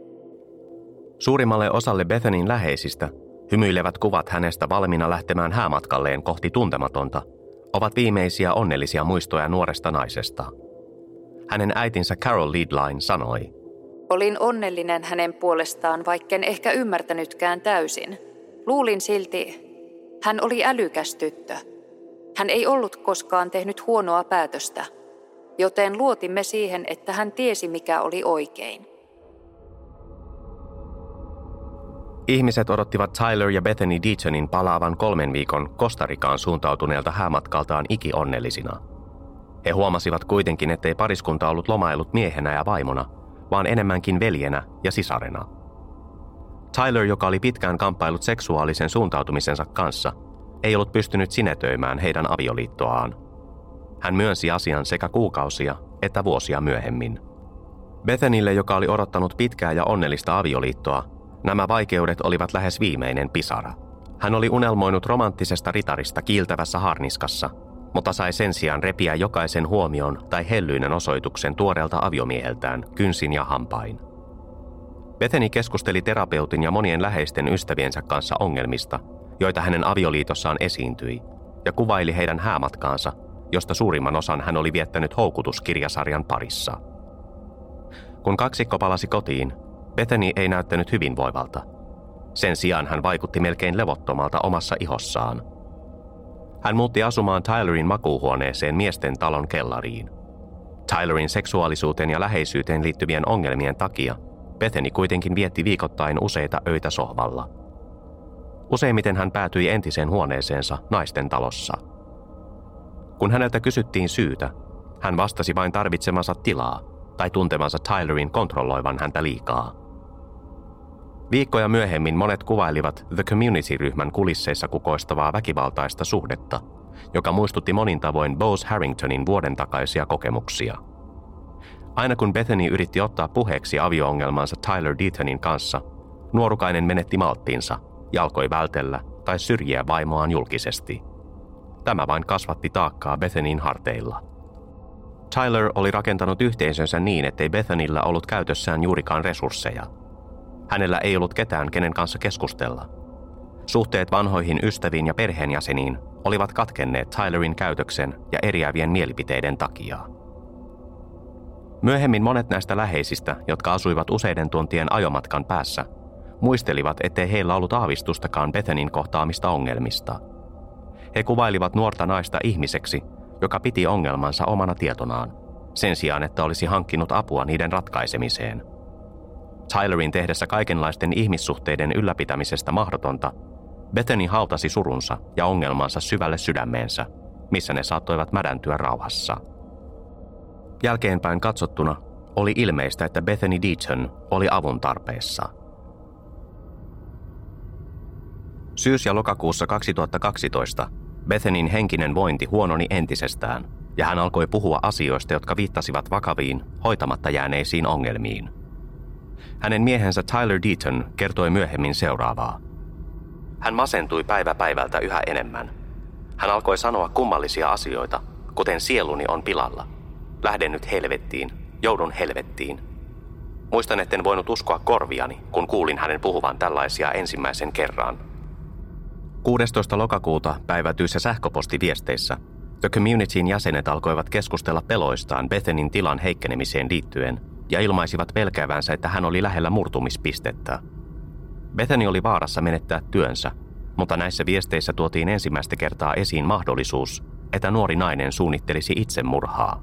Suurimmalle osalle Bethanyn läheisistä hymyilevät kuvat hänestä valmiina lähtemään häämatkalleen kohti tuntematonta ovat viimeisiä onnellisia muistoja nuoresta naisesta. Hänen äitinsä Carol Liedline sanoi. Olin onnellinen hänen puolestaan, vaikken ehkä ymmärtänytkään täysin. Luulin silti, hän oli älykäs tyttö. Hän ei ollut koskaan tehnyt huonoa päätöstä, joten luotimme siihen, että hän tiesi mikä oli oikein. Ihmiset odottivat Tyler ja Bethany Deatonin palaavan 3 viikon Kostaricaan suuntautuneelta häämatkaltaan ikionnellisina. He huomasivat kuitenkin, ettei pariskunta ollut lomaillut miehenä ja vaimona, vaan enemmänkin veljenä ja sisarena. Tyler, joka oli pitkään kamppailut seksuaalisen suuntautumisensa kanssa, ei ollut pystynyt sinetöimään heidän avioliittoaan. Hän myönsi asian sekä kuukausia että vuosia myöhemmin. Bethanylle, joka oli odottanut pitkää ja onnellista avioliittoa, nämä vaikeudet olivat lähes viimeinen pisara. Hän oli unelmoinut romanttisesta ritarista kiiltävässä harniskassa, mutta sai sen sijaan repiä jokaisen huomion tai hellyyden osoituksen tuoreelta aviomieheltään kynsin ja hampain. Bethany keskusteli terapeutin ja monien läheisten ystäviensä kanssa ongelmista, joita hänen avioliitossaan esiintyi, ja kuvaili heidän häämatkaansa, josta suurimman osan hän oli viettänyt houkutuskirjasarjan parissa. Kun kaksikko palasi kotiin, Bethany ei näyttänyt hyvinvoivalta. Sen sijaan hän vaikutti melkein levottomalta omassa ihossaan. Hän muutti asumaan Tylerin makuuhuoneeseen miesten talon kellariin. Tylerin seksuaalisuuteen ja läheisyyteen liittyvien ongelmien takia Bethany kuitenkin vietti viikoittain useita öitä sohvalla. Useimmiten hän päätyi entiseen huoneeseensa naisten talossa. Kun häneltä kysyttiin syytä, hän vastasi vain tarvitsemansa tilaa tai tuntemansa Tylerin kontrolloivan häntä liikaa. Viikkoja myöhemmin monet kuvailivat The Community-ryhmän kulisseissa kukoistavaa väkivaltaista suhdetta, joka muistutti monin tavoin Bose Harringtonin vuoden takaisia kokemuksia. Aina kun Bethany yritti ottaa puheeksi avio-ongelmansa Tyler Deatonin kanssa, nuorukainen menetti malttinsa ja alkoi vältellä tai syrjiä vaimoaan julkisesti. Tämä vain kasvatti taakkaa Bethanyn harteilla. Tyler oli rakentanut yhteisönsä niin, ettei Bethanyllä ollut käytössään juurikaan resursseja. Hänellä ei ollut ketään, kenen kanssa keskustella. Suhteet vanhoihin ystäviin ja perheenjäseniin olivat katkenneet Tylerin käytöksen ja eriävien mielipiteiden takia. Myöhemmin monet näistä läheisistä, jotka asuivat useiden tuntien ajomatkan päässä, muistelivat, ettei heillä ollut aavistustakaan Bethanyn kohtaamista ongelmista. He kuvailivat nuorta naista ihmiseksi, joka piti ongelmansa omana tietonaan, sen sijaan että olisi hankkinut apua niiden ratkaisemiseen. Tylerin tehdessä kaikenlaisten ihmissuhteiden ylläpitämisestä mahdotonta, Bethany hautasi surunsa ja ongelmansa syvälle sydämeensä, missä ne saattoivat mädäntyä rauhassa. Jälkeenpäin katsottuna oli ilmeistä, että Bethany Deaton oli avun tarpeessa. Syys- ja lokakuussa 2012 Bethanyn henkinen vointi huononi entisestään, ja hän alkoi puhua asioista, jotka viittasivat vakaviin, hoitamatta jääneisiin ongelmiin. Hänen miehensä Tyler Deaton kertoi myöhemmin seuraavaa. Hän masentui päivä päivältä yhä enemmän. Hän alkoi sanoa kummallisia asioita, kuten sieluni on pilalla. Lähden nyt helvettiin, joudun helvettiin. Muistan, etten voinut uskoa korviani, kun kuulin hänen puhuvan tällaisia ensimmäisen kerran. 16. lokakuuta päivätyissä sähköpostiviesteissä The Communityn jäsenet alkoivat keskustella peloistaan Bethanyn tilan heikkenemiseen liittyen ja ilmaisivat pelkäävänsä, että hän oli lähellä murtumispistettä. Bethany oli vaarassa menettää työnsä, mutta näissä viesteissä tuotiin ensimmäistä kertaa esiin mahdollisuus, että nuori nainen suunnittelisi itsemurhaa.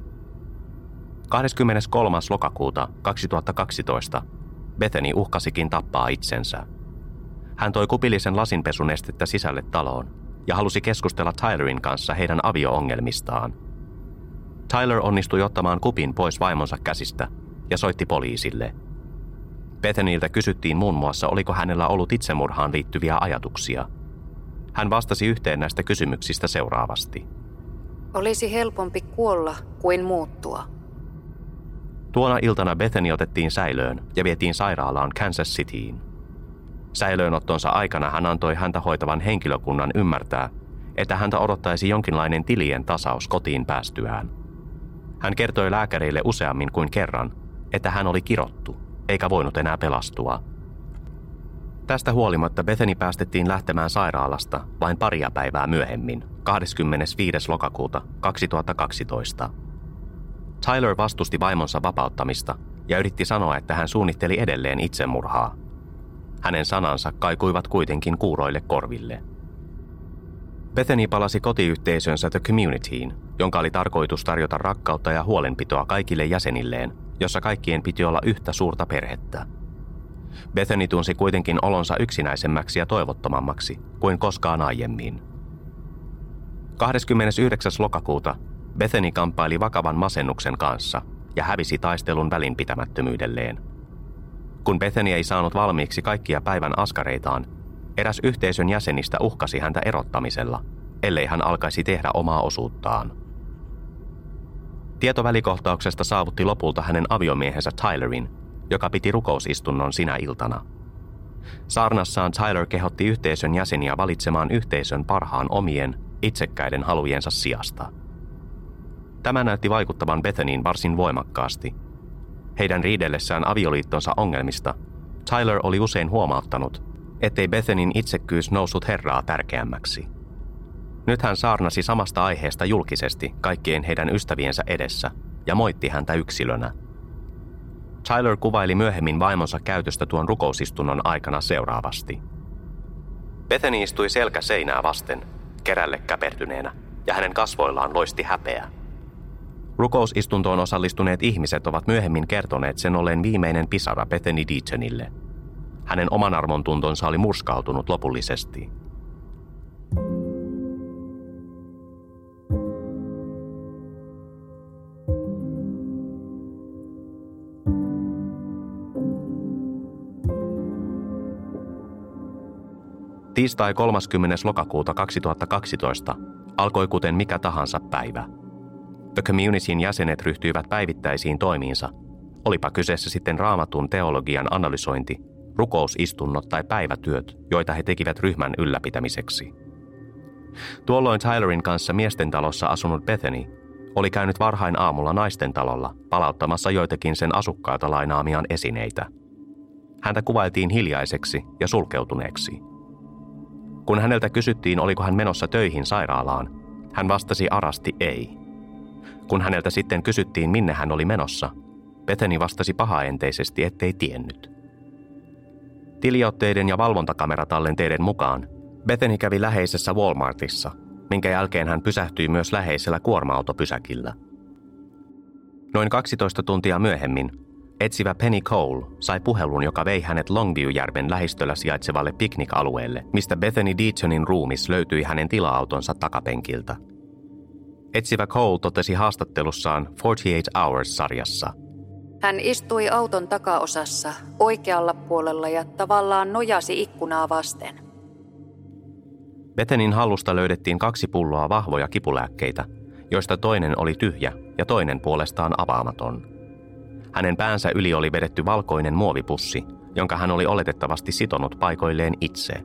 23. lokakuuta 2012 Bethany uhkasikin tappaa itsensä. Hän toi kupillisen lasinpesunestettä sisälle taloon ja halusi keskustella Tylerin kanssa heidän avio-ongelmistaan. Tyler onnistui ottamaan kupin pois vaimonsa käsistä ja soitti poliisille. Bethanyltä kysyttiin muun muassa, oliko hänellä ollut itsemurhaan liittyviä ajatuksia. Hän vastasi yhteen näistä kysymyksistä seuraavasti. Olisi helpompi kuolla kuin muuttua. Tuona iltana Bethany otettiin säilöön ja vietiin sairaalaan Kansas Cityin. Säilöönottonsa aikana hän antoi häntä hoitavan henkilökunnan ymmärtää, että häntä odottaisi jonkinlainen tilien tasaus kotiin päästyään. Hän kertoi lääkäreille useammin kuin kerran, että hän oli kirottu, eikä voinut enää pelastua. Tästä huolimatta Bethany päästettiin lähtemään sairaalasta vain paria päivää myöhemmin, 25. lokakuuta 2012. Tyler vastusti vaimonsa vapauttamista ja yritti sanoa, että hän suunnitteli edelleen itsemurhaa. Hänen sanansa kaikuivat kuitenkin kuuroille korville. Bethany palasi kotiyhteisönsä The Communityin, jonka oli tarkoitus tarjota rakkautta ja huolenpitoa kaikille jäsenilleen, jossa kaikkien piti olla yhtä suurta perhettä. Bethany tunsi kuitenkin olonsa yksinäisemmäksi ja toivottomammaksi kuin koskaan aiemmin. 29. lokakuuta Bethany kamppaili vakavan masennuksen kanssa ja hävisi taistelun välinpitämättömyydelleen. Kun Bethany ei saanut valmiiksi kaikkia päivän askareitaan, eräs yhteisön jäsenistä uhkasi häntä erottamisella, ellei hän alkaisi tehdä omaa osuuttaan. Tieto välikohtauksesta saavutti lopulta hänen aviomiehensä Tylerin, joka piti rukousistunnon sinä iltana. Saarnassaan Tyler kehotti yhteisön jäseniä valitsemaan yhteisön parhaan omien, itsekkäiden halujensa sijasta. Tämä näytti vaikuttavan Bethanyin varsin voimakkaasti. Heidän riidellessään avioliittonsa ongelmista Tyler oli usein huomauttanut, ettei Bethanyn itsekkyys noussut Herraa tärkeämmäksi. Nyt hän saarnasi samasta aiheesta julkisesti kaikkien heidän ystäviensä edessä ja moitti häntä yksilönä. Tyler kuvaili myöhemmin vaimonsa käytöstä tuon rukousistunnon aikana seuraavasti. Bethany istui selkä seinää vasten, kerälle käpertyneenä, ja hänen kasvoillaan loisti häpeä. Rukousistuntoon osallistuneet ihmiset ovat myöhemmin kertoneet sen olleen viimeinen pisara Bethany Deatonille. Hänen omanarvon tuntonsa oli murskautunut lopullisesti. Tiistai 30. lokakuuta 2012 alkoi kuten mikä tahansa päivä. The Communityn jäsenet ryhtyivät päivittäisiin toimiinsa, olipa kyseessä sitten Raamatun teologian analysointi, rukousistunnot tai päivätyöt, joita he tekivät ryhmän ylläpitämiseksi. Tuolloin Tylerin kanssa miesten talossa asunut Bethany oli käynyt varhain aamulla naisten talolla palauttamassa joitakin sen asukkailta lainaamiaan esineitä. Häntä kuvailtiin hiljaiseksi ja sulkeutuneeksi. Kun häneltä kysyttiin, oliko hän menossa töihin sairaalaan, hän vastasi arasti ei. Kun häneltä sitten kysyttiin, minne hän oli menossa, Bethany vastasi pahaenteisesti, ettei tiennyt. Tiliotteiden ja valvontakameratallenteiden mukaan Bethany kävi läheisessä Walmartissa, minkä jälkeen hän pysähtyi myös läheisellä kuorma-autopysäkillä. Noin 12 tuntia myöhemmin etsivä Penny Cole sai puhelun, joka vei hänet Longview-järven lähistöllä sijaitsevalle piknikalueelle, mistä Bethany Deasonin ruumis löytyi hänen tila-autonsa takapenkiltä. Etsivä Cole totesi haastattelussaan 48 Hours-sarjassa: Hän istui auton takaosassa oikealla puolella ja tavallaan nojasi ikkunaa vasten. Bethanyn hallusta löydettiin 2 pulloa vahvoja kipulääkkeitä, joista toinen oli tyhjä ja toinen puolestaan avaamaton. Hänen päänsä yli oli vedetty valkoinen muovipussi, jonka hän oli oletettavasti sitonut paikoilleen itse.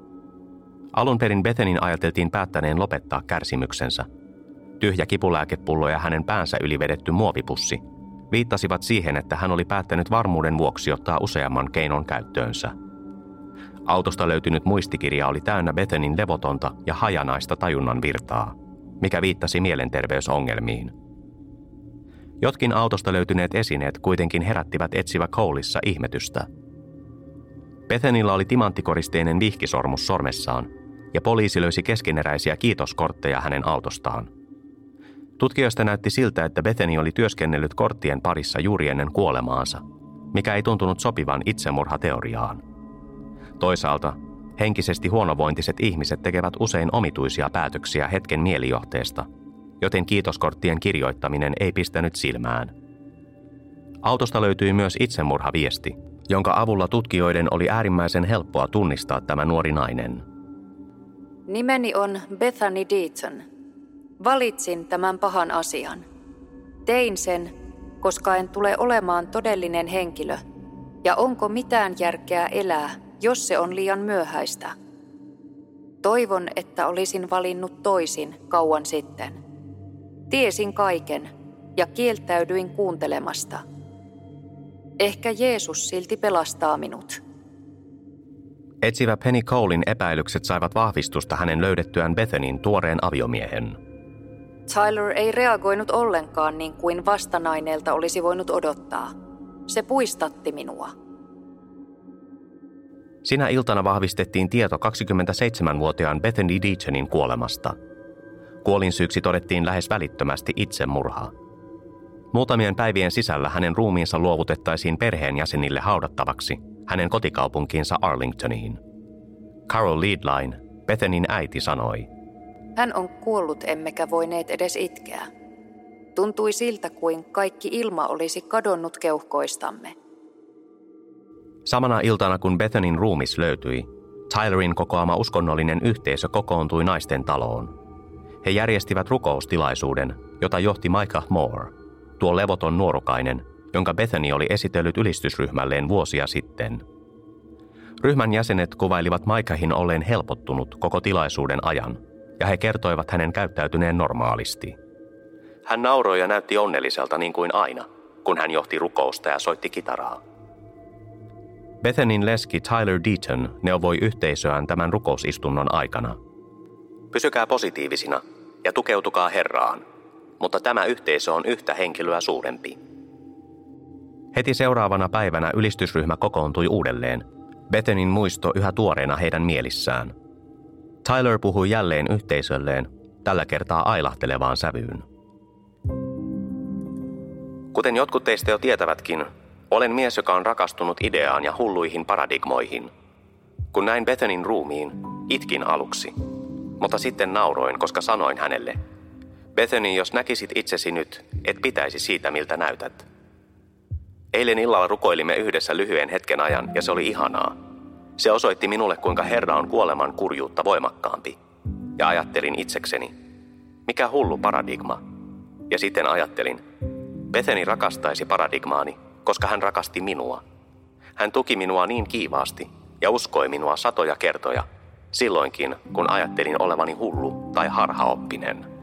Alun perin Bethanyn ajateltiin päättäneen lopettaa kärsimyksensä. Tyhjä kipulääkepullo ja hänen päänsä yli vedetty muovipussi viittasivat siihen, että hän oli päättänyt varmuuden vuoksi ottaa useamman keinon käyttöönsä. Autosta löytynyt muistikirja oli täynnä Bethanyn levotonta ja hajanaista tajunnan virtaa, mikä viittasi mielenterveysongelmiin. Jotkin autosta löytyneet esineet kuitenkin herättivät etsivä Coleissa ihmetystä. Bethanylla oli timanttikoristeinen vihkisormus sormessaan, ja poliisi löysi keskeneräisiä kiitoskortteja hänen autostaan. Tutkijoista näytti siltä, että Bethany oli työskennellyt korttien parissa juuri ennen kuolemaansa, mikä ei tuntunut sopivan itsemurhateoriaan. Toisaalta henkisesti huonovointiset ihmiset tekevät usein omituisia päätöksiä hetken mielijohteesta, joten kiitoskorttien kirjoittaminen ei pistänyt silmään. Autosta löytyi myös itsemurhaviesti, jonka avulla tutkijoiden oli äärimmäisen helppoa tunnistaa tämä nuori nainen. Nimeni on Bethany Deaton. Valitsin tämän pahan asian. Tein sen, koska en tule olemaan todellinen henkilö. Ja onko mitään järkeä elää, jos se on liian myöhäistä? Toivon, että olisin valinnut toisin kauan sitten. Tiesin kaiken ja kieltäydyin kuuntelemasta. Ehkä Jeesus silti pelastaa minut. Etsivä Penny Colein epäilykset saivat vahvistusta hänen löydettyään Bethanyn tuoreen aviomiehen. Tyler ei reagoinut ollenkaan niin kuin vastanaineelta olisi voinut odottaa. Se puistatti minua. Sinä iltana vahvistettiin tieto 27-vuotiaan Bethany Deasonin kuolemasta. Kuolinsyyksi todettiin lähes välittömästi itsemurha. Muutamien päivien sisällä hänen ruumiinsa luovutettaisiin perheenjäsenille haudattavaksi hänen kotikaupunkiinsa Arlingtoniin. Carol Leadline, Bethanyn äiti, sanoi: Hän on kuollut, emmekä voineet edes itkeä. Tuntui siltä, kuin kaikki ilma olisi kadonnut keuhkoistamme. Samana iltana, kun Bethanyn ruumis löytyi, Tylerin kokoama uskonnollinen yhteisö kokoontui naisten taloon. He järjestivät rukoustilaisuuden, jota johti Micah Moore, tuo levoton nuorukainen, jonka Bethany oli esitellyt ylistysryhmälleen vuosia sitten. Ryhmän jäsenet kuvailivat Micahin olleen helpottunut koko tilaisuuden ajan, ja he kertoivat hänen käyttäytyneen normaalisti. Hän nauroi ja näytti onnelliselta niin kuin aina, kun hän johti rukousta ja soitti kitaraa. Bethanyn leski Tyler Deaton neuvoi yhteisöään tämän rukousistunnon aikana: Pysykää positiivisina ja tukeutukaa Herraan, mutta tämä yhteisö on yhtä henkilöä suurempi. Heti seuraavana päivänä ylistysryhmä kokoontui uudelleen, Bethanyn muisto yhä tuoreena heidän mielissään. Tyler puhui jälleen yhteisölleen, tällä kertaa ailahtelevaan sävyyn. Kuten jotkut teistä jo tietävätkin, olen mies, joka on rakastunut ideaan ja hulluihin paradigmoihin. Kun näin Bethanyn ruumiin, itkin aluksi, mutta sitten nauroin, koska sanoin hänelle: Bethany, jos näkisit itsesi nyt, et pitäisi siitä, miltä näytät. Eilen illalla rukoilimme yhdessä lyhyen hetken ajan ja se oli ihanaa. Se osoitti minulle, kuinka Herra on kuoleman kurjuutta voimakkaampi. Ja ajattelin itsekseni: mikä hullu paradigma. Ja sitten ajattelin: Bethany rakastaisi paradigmaani, koska hän rakasti minua. Hän tuki minua niin kiivaasti ja uskoi minua satoja kertoja, silloinkin kun ajattelin olevani hullu tai harhaoppinen.